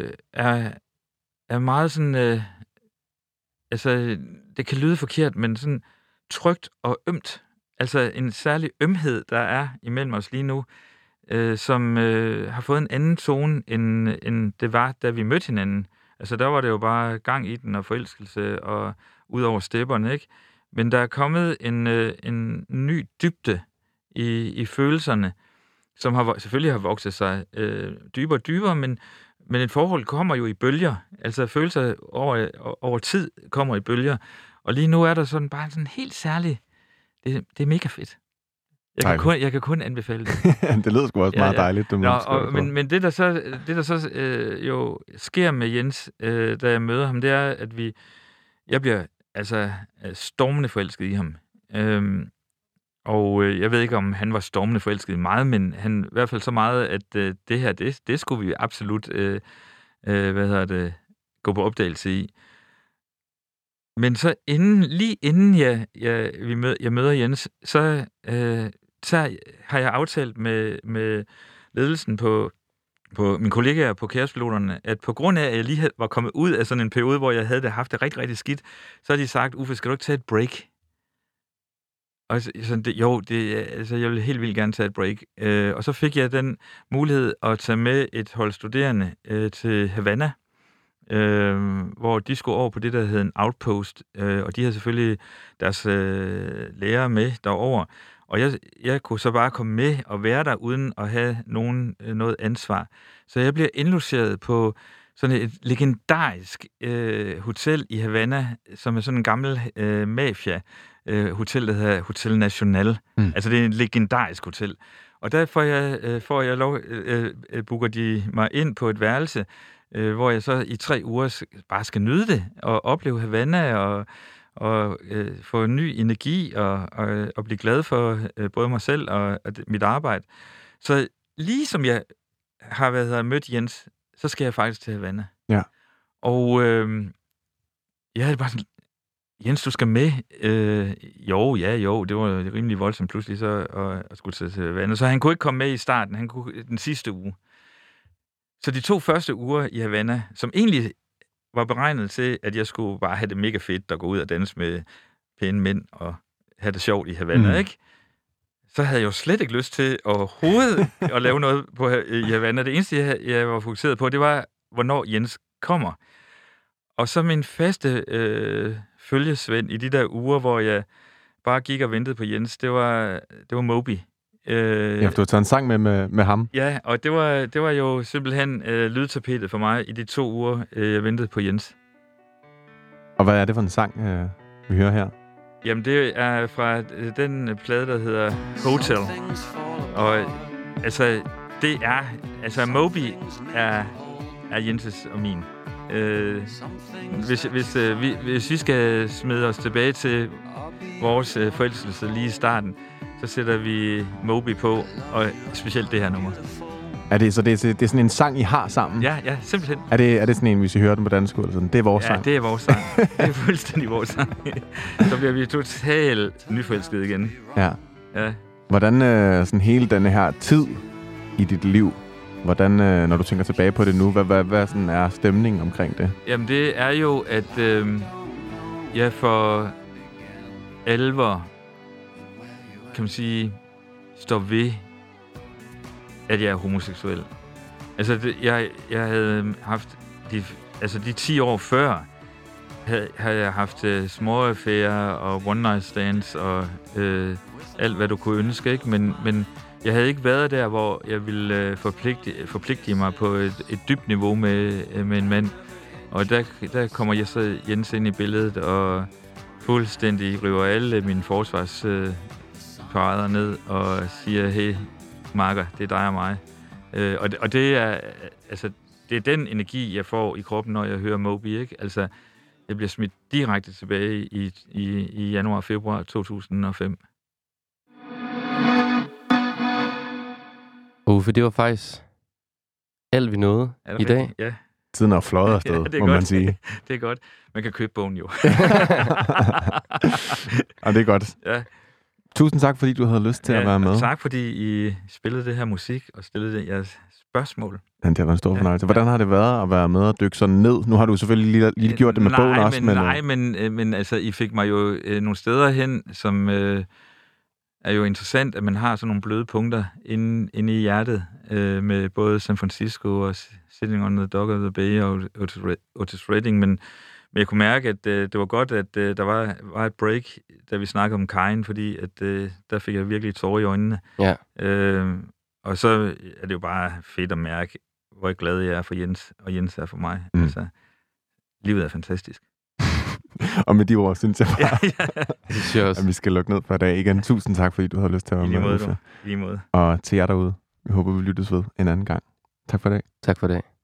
er meget sådan, altså det kan lyde forkert, men sådan trygt og ømt. Altså en særlig ømhed, der er imellem os lige nu, som har fået en anden tone, end det var, da vi mødte hinanden. Altså, der var det jo bare gang i den og forelskelse og ud over stepperne, ikke? Men der er kommet en ny dybde i følelserne, som selvfølgelig har vokset sig dybere og dybere, men et forhold kommer jo i bølger. Altså, følelser over tid kommer i bølger. Og lige nu er der sådan bare sådan helt særligt. Det er mega fedt. Jeg kan kun anbefale det. Det lyder sgu også meget dejligt. Men det der så jo sker med Jens, da jeg møder ham, det er, at jeg bliver altså stormende forelsket i ham. Og jeg ved ikke, om han var stormende forelsket i mig, men han i hvert fald så meget, at det her, det skulle vi absolut gå på opdagelse i. Men så lige inden jeg møder Jens, så har jeg aftalt med ledelsen på mine kollegaer på Kaospiloterne, at på grund af, at jeg lige var kommet ud af sådan en periode, hvor jeg havde haft det rigtig, rigtig skidt, så har de sagt, Uffe, skal du ikke tage et break? Og sådan, jeg vil helt vildt gerne tage et break. Og så fik jeg den mulighed at tage med et hold studerende til Havana, hvor de skulle over på det, der hed en outpost, og de havde selvfølgelig deres lærere med derover. Og jeg kunne så bare komme med og være der, uden at have noget ansvar. Så jeg bliver indlogeret på sådan et legendarisk hotel i Havana, som er sådan en gammel mafia-hotel, der hedder Hotel National. Altså, det er et legendarisk hotel. Og der booker de mig ind på et værelse, hvor jeg så i 3 uger bare skal nyde det, og opleve Havana, og få ny energi, og blive glad for både mig selv og mit arbejde. Så lige som jeg har mødt Jens, så skal jeg faktisk til Havana. Ja. Og jeg havde bare sådan, Jens, du skal med. Jo, det var rimelig voldsomt pludselig så at skulle til Havana. Så han kunne ikke komme med i starten, han kunne den sidste uge. Så de 2 første uger i Havana, som egentlig var beregnet til, at jeg skulle bare have det mega fedt og gå ud og danse med pæne mænd og have det sjovt i Havana, ikke? Så havde jeg jo slet ikke lyst til overhovedet at lave noget i Havana. Det eneste, jeg var fokuseret på, det var, hvornår Jens kommer. Og så min faste følgesvend i de der uger, hvor jeg bare gik og ventede på Jens, det var Moby. Ja, du har taget en sang med ham. Ja, og det var jo simpelthen lydtapetet for mig i de 2 uger, jeg ventede på Jens. Og hvad er det for en sang, vi hører her? Jamen, det er fra den plade, der hedder Hotel. Og altså, Moby er Jenses og min. Hvis vi skal smide os tilbage til vores forelskelse lige i starten, så sætter vi Moby på, og specielt det her nummer. Det er sådan en sang, I har sammen? Ja, simpelthen. Er det sådan en, hvis I hører den på dansk eller sådan? Det er vores sang? Ja, det er vores sang. Det er fuldstændig vores sang. Så bliver vi totalt nyforelskede igen. Ja. Hvordan sådan hele denne her tid i dit liv, hvordan, når du tænker tilbage på det nu, hvad sådan er stemningen omkring det? Jamen, det er jo, at jeg for alvor, kan man sige, står ved, at jeg er homoseksuel. Altså, jeg havde haft de 10 år før, havde jeg haft småaffærer og one-night stands og alt, hvad du kunne ønske, ikke? Men jeg havde ikke været der, hvor jeg ville forpligte mig på et dybt niveau med en mand. Og der kommer jeg så Jens ind i billedet og fuldstændig river alle mine forsvarsparader ned og siger, hey, Marker, det er dig og mig. Og det er, altså, det er den energi, jeg får i kroppen, når jeg hører Moby, ikke? Altså, jeg bliver smidt direkte tilbage i januar og februar 2005. Uffe, det var faktisk alt, vi nåede i dag. Ja. Tiden er fløjet afsted, må man sige. Det er godt. Man kan købe bogen jo. Og det er godt. Ja. Tusind tak, fordi du havde lyst til at være med. Tak, fordi I spillede det her musik og stillede jeres spørgsmål. Ja, det har været en stor fornøjelse. Hvordan har det været at være med og dykke sådan ned? Nu har du selvfølgelig lige gjort det med bogen også. Men altså, I fik mig jo nogle steder hen, som er jo interessant, at man har sådan nogle bløde punkter inde i hjertet, med både San Francisco og Sitting on the Dock of the Bay og Otis Redding, men jeg kunne mærke, at det var godt, at der var et break, da vi snakkede om Kajen, fordi at, der fik jeg virkelig tårer i øjnene. Ja. Og så er det jo bare fedt at mærke, hvor glad jeg er for Jens, og Jens er for mig. Altså, livet er fantastisk. Og med de ord, synes jeg bare, at vi skal lukke ned for i dag. Igen, tusind tak, fordi du havde lyst til at være med. I lige måde. Og til jer derude, vi håber, vi lyttes ved en anden gang. Tak for i dag. Tak for i dag.